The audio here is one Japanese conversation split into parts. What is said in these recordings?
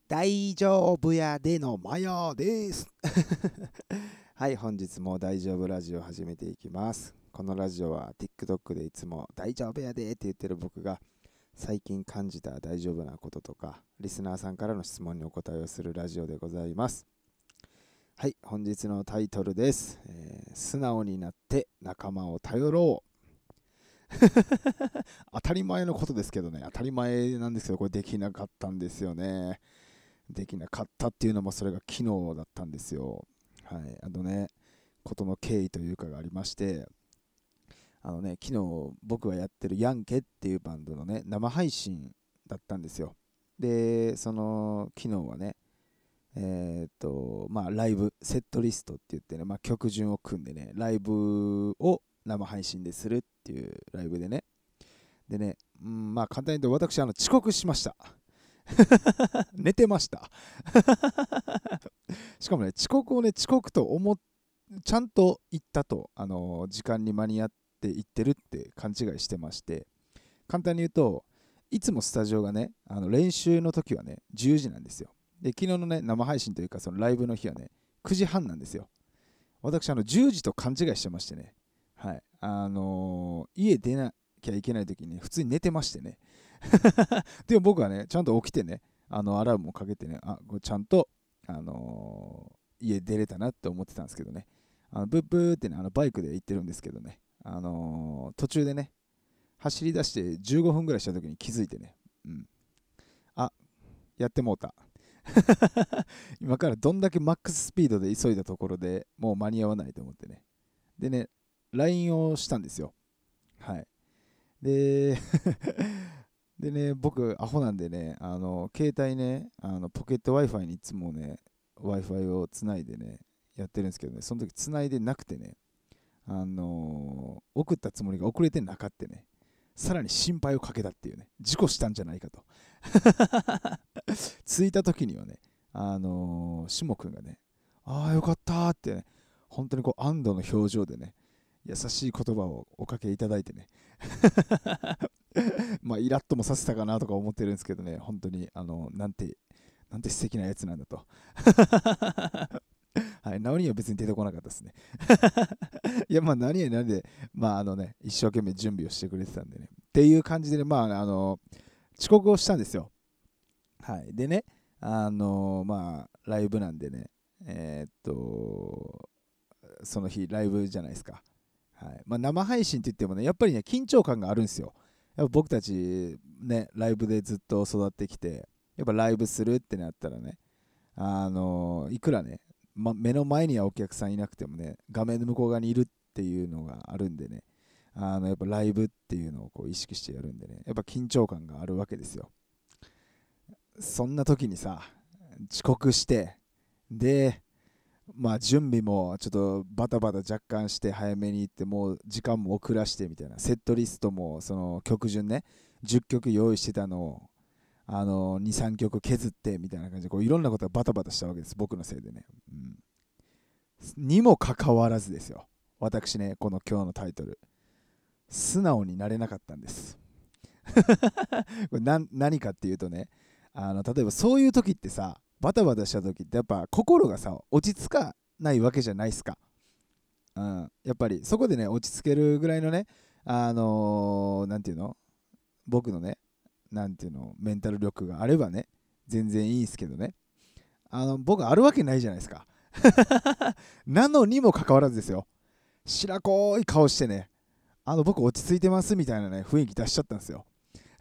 大丈夫やでのマヤですはい、本日も大丈夫ラジオを始めていきます。このラジオは TikTok でいつも大丈夫やでって言ってる僕が最近感じた大丈夫なこととかリスナーさんからの質問にお答えをするラジオでございます。はい、本日のタイトルです。素直になって仲間を頼ろう。当たり前のことですけどね、当たり前なんですけど、これできなかったんですよね。できなかったっていうのもそれが昨日だったんですよ。はい、ことの経緯というかがありまして、昨日僕がやってるヤンケっていうバンドのね、生配信だったんですよ。で、昨日はね、ライブ、セットリストって言ってね、曲順を組んでね、ライブを生配信でするっていうライブでね、でね、簡単に言うと私、遅刻しました。寝てましたしかもね、遅刻とちゃんと行ったと、時間に間に合って行ってるって勘違いしてまして、簡単に言うと、いつもスタジオがね、練習の時はね、10時なんですよ。で、昨日のね、生配信というか、そのライブの日はね、9時半なんですよ。私、10時と勘違いしてましてね、はい。家出なきゃいけない時に、普通に寝てましてね。でも僕はね、ちゃんと起きてね、アラームをかけてね、これちゃんと、家出れたなって思ってたんですけどね、ブッブーってね、バイクで行ってるんですけどね、途中でね、走り出して15分ぐらいした時に気づいてね、うん、あ、やってもうた。今からどんだけマックススピードで急いだところでもう間に合わないと思ってね。でね、LINE をしたんですよ。はい。ででね、僕、アホなんでね、携帯ね、ポケット Wi-Fi にいつもね、Wi-Fi をつないでね、やってるんですけどね、その時つないでなくてね、送ったつもりが遅れてなかってね、さらに心配をかけたっていうね、事故したんじゃないかと。着いた時にはね、しもくんがね、ああ、よかったーってね、本当にこう安堵の表情でね、優しい言葉をおかけいただいてね、イラッともさせたかなとか思ってるんですけどね、本当に、なんて素敵なやつなんだと。はい、直には別に出てこなかったですね。いや、何やなんで、一生懸命準備をしてくれてたんでね。っていう感じでね、遅刻をしたんですよ。はい。でね、ライブなんでね、その日、ライブじゃないですか。はい。生配信って言ってもね、やっぱりね、緊張感があるんですよ。やっぱ僕たち、ね、ライブでずっと育ってきて、やっぱライブするってなったらね、いくらね、目の前にはお客さんいなくてもね、画面の向こう側にいるっていうのがあるんでね、やっぱライブっていうのをこう意識してやるんでね、やっぱ緊張感があるわけですよ。そんな時にさ、遅刻して、で、準備もちょっとバタバタ若干して早めに行って、もう時間も遅らしてみたいな、セットリストもその曲順ね、10曲用意してたのを、2、3曲削ってみたいな感じで、こういろんなことがバタバタしたわけです、僕のせいでね。にもかかわらずですよ、私ね、この今日のタイトル、素直になれなかったんです。これ何かっていうとね、例えばそういう時ってさ、バタバタした時ってやっぱ心がさ、落ち着かないわけじゃないですか。やっぱりそこでね、落ち着けるぐらいのね、なんていうの、僕のね、なんていうの、メンタル力があればね、全然いいですけどね、僕あるわけないじゃないですか。なのにもかかわらずですよ、白濃い顔してね、僕落ち着いてますみたいなね、雰囲気出しちゃったんですよ。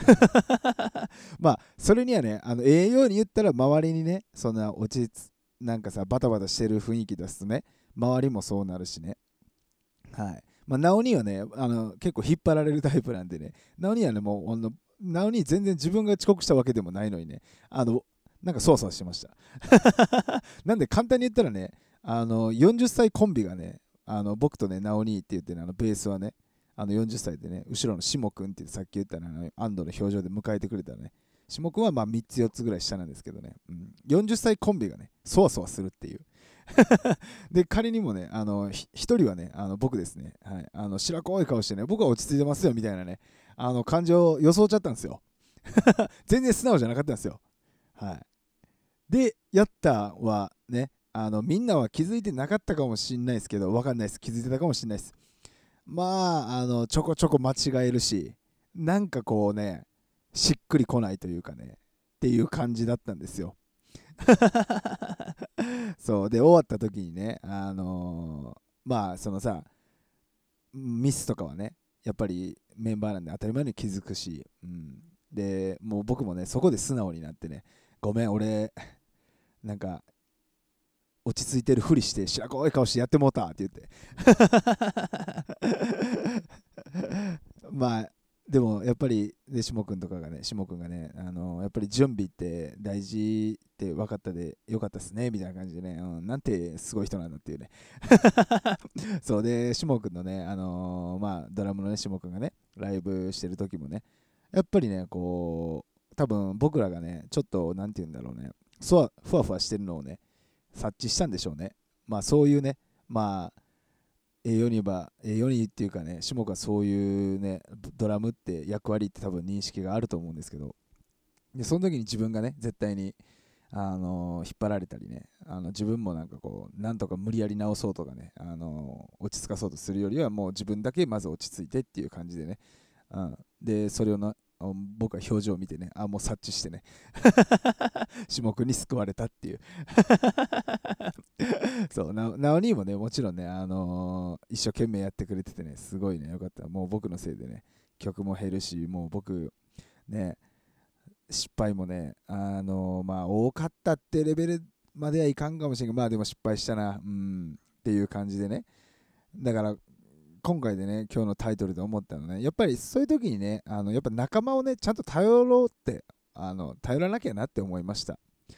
それにはね、栄養に言ったら周りにね、そんななんかさ、バタバタしてる雰囲気出すとね、周りもそうなるしね。はい。なおにはね、結構引っ張られるタイプなんでね、なおにはね、もう、なおに全然自分が遅刻したわけでもないのにね、なんかそわそわしてました。なんで簡単に言ったらね、40歳コンビがね、僕とね、なおにって言ってね、ベースはね、40歳でね、後ろのしもくんってさっき言ったね、安堵の表情で迎えてくれたらね、しもくんは3つ4つぐらい下なんですけどね、40歳コンビがね、そわそわするっていう。で、仮にもね、一人はね、僕ですね、はい、白濃い顔してね、僕は落ち着いてますよみたいなね、感情を装っちゃったんですよ。全然素直じゃなかったんですよ。はい。 でやったはね、みんなは気づいてなかったかもしんないですけど、わかんないです。気づいてたかもしんないです。まあ、ちょこちょこ間違えるし、なんかこうね、しっくりこないというかね、っていう感じだったんですよ。そうで終わった時にね、まあそのさ、ミスとかはね、やっぱりメンバーなんで当たり前に気づくし、でもう僕もねそこで素直になってね、ごめん俺なんか落ち着いてるふりして白濃い顔してやってもうたって言ってまあでもやっぱりで下君がね、やっぱり準備って大事って分かったでよかったっすねみたいな感じでね、なんてすごい人なんだっていうねそうで下君のね、まあドラムのね下君がねライブしてる時もね、やっぱりねこう多分僕らがねちょっとなんて言うんだろうね、ふわふわしてるのをね察知したんでしょうね。まあそういうね、まあ栄養にっていうかね、下がそういうね、ドラムって役割って多分認識があると思うんですけど、でその時に自分がね、絶対に、引っ張られたりね、自分もなんかこう、なんとか無理やり直そうとかね、落ち着かそうとするよりは、もう自分だけまず落ち着いてっていう感じでね、で、それを僕は表情を見てね、もう察知してね、下君に救われたっていうそうなおにもねもちろんね、一生懸命やってくれててねすごいねよかった。もう僕のせいでね曲も減るし、もう僕ね失敗もねまあ多かったってレベルまではいかんかもしれんけど、まあでも失敗したなっていう感じでね。だから今回でね今日のタイトルで思ったのね、やっぱりそういう時にねやっぱ仲間をねちゃんと頼ろうって頼らなきゃなって思いました。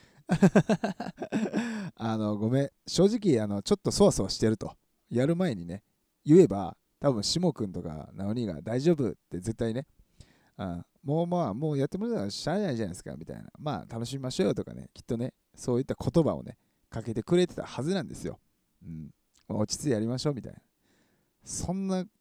ごめん、正直ちょっとそわそわしてるとやる前にね言えば、多分しもくんとかなおにが大丈夫って絶対ね、もうまあもうやってもらったらしゃあないじゃないですかみたいな、まあ楽しみましょうよとかね、きっとねそういった言葉をねかけてくれてたはずなんですよ。落ち着いてやりましょうみたいな、そんな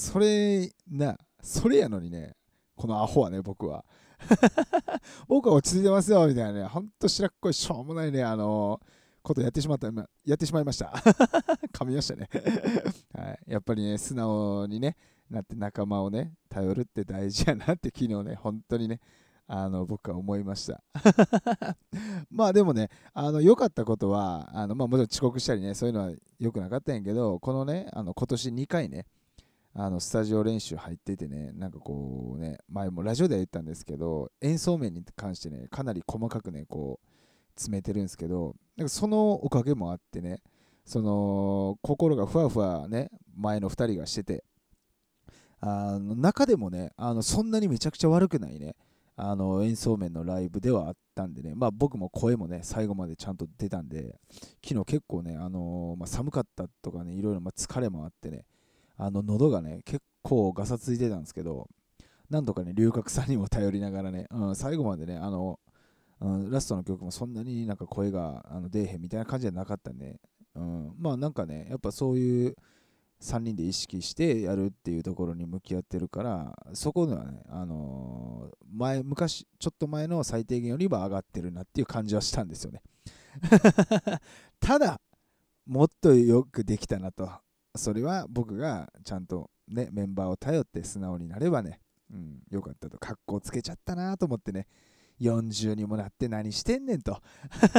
それやのにね、このアホはね僕は落ち着いてますよみたいなね、ほんと白っこいしょうもないねことやってしまいました噛みましたねはい、やっぱりね素直にねなって仲間をね頼るって大事やなって昨日ね本当にね僕は思いましたまあでもね良かったことはまあ、もちろん遅刻したりねそういうのは良くなかったんやけど、このね今年2回ねスタジオ練習入っててね、なんかこうね、前もラジオでは言ったんですけど、演奏面に関してね、かなり細かくね、こう、詰めてるんですけど、なんかそのおかげもあってね、その、心がふわふわね、前の2人がしてて、中でもね、そんなにめちゃくちゃ悪くないね、演奏面のライブではあったんでね、まあ僕も声もね、最後までちゃんと出たんで、昨日結構ね、まあ、寒かったとかね、いろいろまあ疲れもあってね、喉がね結構ガサついてたんですけど、なんとかね龍角さんにも頼りながらね、最後までねラストの曲もそんなになんか声が出えへんみたいな感じじゃなかったんで、まあなんかねやっぱそういう3人で意識してやるっていうところに向き合ってるから、そこではね、昔ちょっと前の最低限よりは上がってるなっていう感じはしたんですよねただもっとよくできたなと。それは僕がちゃんとね、メンバーを頼って素直になればね、よかったと。格好つけちゃったなと思ってね、40にもなって何してんねんと。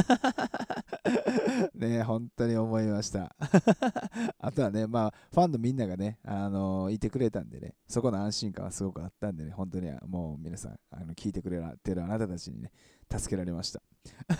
ね、本当に思いました。あとはね、まあ、ファンのみんながね、いてくれたんでね、そこの安心感はすごくあったんでね、本当にもう皆さん、聞いてくれてるあなたたちにね、助けられました。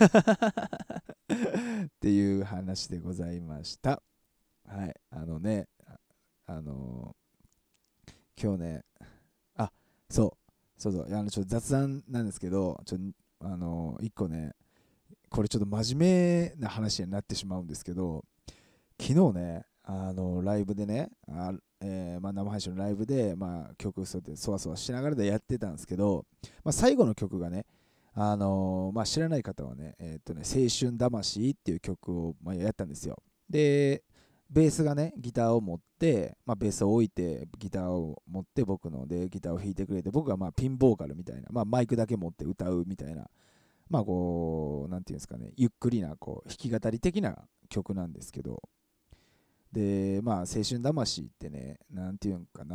っていう話でございました。はい、あの今日ね、あ、そうそう、ちょっと雑談なんですけど、一個ね、これちょっと真面目な話になってしまうんですけど、昨日ね、ライブでね、まあ、生配信のライブで、まあ、曲そうやってそわそわしながらでやってたんですけど、まあ、最後の曲がね、まあ、知らない方はね、青春魂っていう曲を、まあ、やったんですよ。で、ベースがね、ギターを持って、まあ、ベースを置いて、ギターを持って僕のでギターを弾いてくれて、僕がまあピンボーカルみたいな、まあ、マイクだけ持って歌うみたいな、 まあこうなんていうんですかね、ゆっくりなこう弾き語り的な曲なんですけど、でまあ青春魂ってね、なんていうんかな、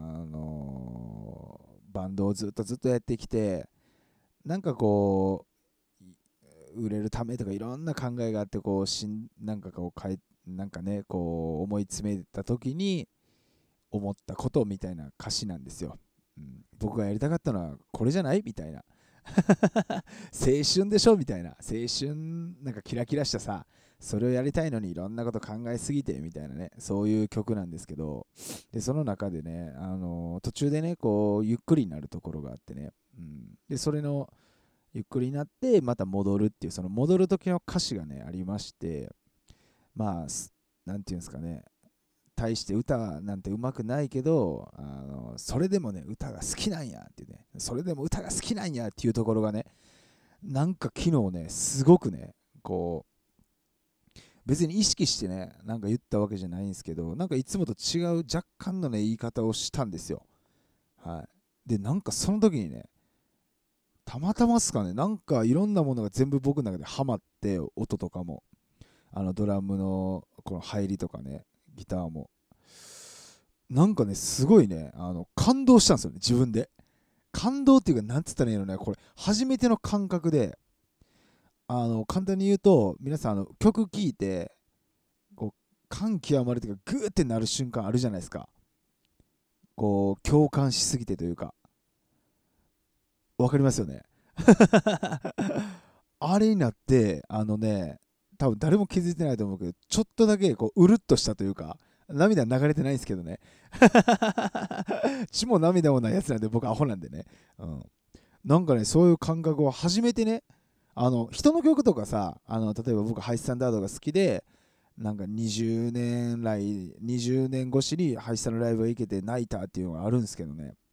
バンドをずっとずっとやってきて、なんかこう売れるためとかいろんな考えがあって、こうなんかこうなんかねこう思い詰めた時に思ったことみたいな歌詞なんですよ。僕がやりたかったのはこれじゃないみたいな。青春でしょみたいな。青春なんかキラキラしたさ、それをやりたいのにいろんなこと考えすぎてみたいなね、そういう曲なんですけど、でその中でね、途中でねこうゆっくりになるところがあってね、でそれのゆっくりになってまた戻るっていう、その戻る時の歌詞がねありまして、まあなんていうんですかね、大して歌なんて上手くないけど、それでもね歌が好きなんやっていうね、それでも歌が好きなんやっていうところがね、なんか昨日ねすごくね、こう別に意識してねなんか言ったわけじゃないんですけど、なんかいつもと違う若干のね言い方をしたんですよ。はい。でなんかその時にね、たまたまっすかね、なんかいろんなものが全部僕の中でハマって、音とかもドラムのこの入りとかね、ギターもなんかねすごいね感動したんですよね、自分で。感動っていうか、なんつったらいいのね、これ初めての感覚で、簡単に言うと、皆さん曲聴いてこう感極まるというか、グーってなる瞬間あるじゃないですか。こう共感しすぎてというか、わかりますよね。あれになって、多分誰も気づいてないと思うけど、ちょっとだけこううるっとしたというか、涙流れてないんですけどね。血も涙もないやつなんで、僕アホなんでね。なんかね、そういう感覚を初めてね、人の曲とかさ、例えば僕ハイスタンダードが好きで、なんか20年越しにハイスタのライブが行けて泣いたっていうのがあるんですけどね、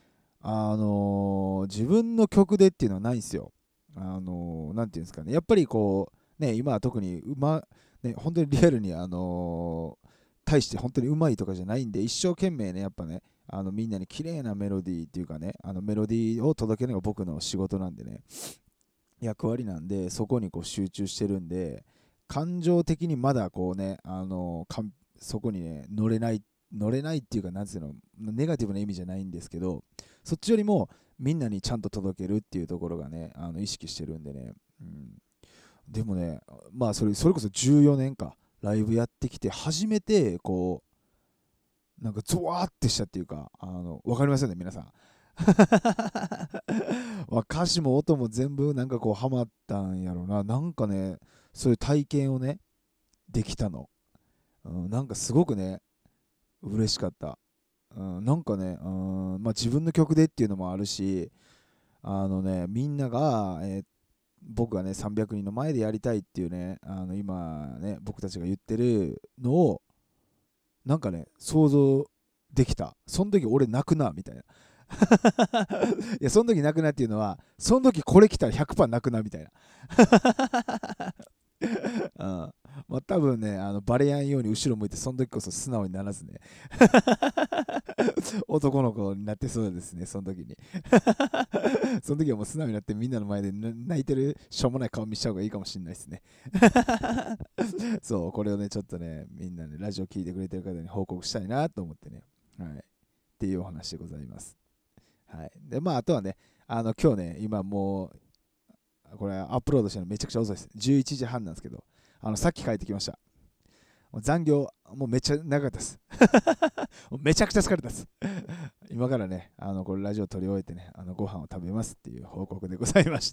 自分の曲でっていうのはないんですよ。なんていうんですかね、やっぱりこうね、今は特にね、本当にリアルに大して本当にうまいとかじゃないんで、一生懸命ねやっぱね、みんなに綺麗なメロディーっていうかね、メロディーを届けるのが僕の仕事なんでね、役割なんで、そこにこう集中してるんで、感情的にまだこうね、そこにね乗れないっていうか、なんつうの、ネガティブな意味じゃないんですけど、そっちよりもみんなにちゃんと届けるっていうところがね、意識してるんでね、でもね、まあそれこそ14年か、ライブやってきて初めてこうなんかゾワーってしたっていうか、わかりますよね皆さん。まあ歌詞も音も全部なんかこうハマったんやろな、なんかね、そういう体験をねできたの、なんかすごくね嬉しかった。なんかね、まあ、自分の曲でっていうのもあるし、みんなが、僕がね300人の前でやりたいっていうね、今ね僕たちが言ってるのをなんかね想像できた。その時俺泣くなみたいな。いやその時泣くなっていうのは、その時これ来たら100%泣くなみたいな。まあ多分ね、バレやんように後ろ向いて、その時こそ素直にならずね、男の子になってそうですね、その時に。その時はもう素直になって、みんなの前で泣いてるしょうもない顔見しちゃう方がいいかもしれないですね。そう、これをね、ちょっとね、みんなね、ラジオ聞いてくれてる方に報告したいなと思ってね、はい。っていうお話でございます。はい。で、まあ、あとはね、今日ね、今もう、これアップロードしたのめちゃくちゃ遅いです。11時半なんですけど、さっき帰ってきました。もう残業、もうめっちゃ長かったです。もうめちゃくちゃ疲れたです。今からね、これラジオ撮り終えてね、ご飯を食べますっていう報告でございました。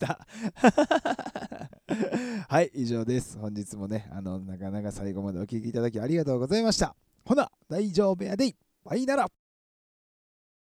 はい、以上です。本日もね、なかなか最後までお聴きいただきありがとうございました。ほな、大丈夫やでい。バイなら。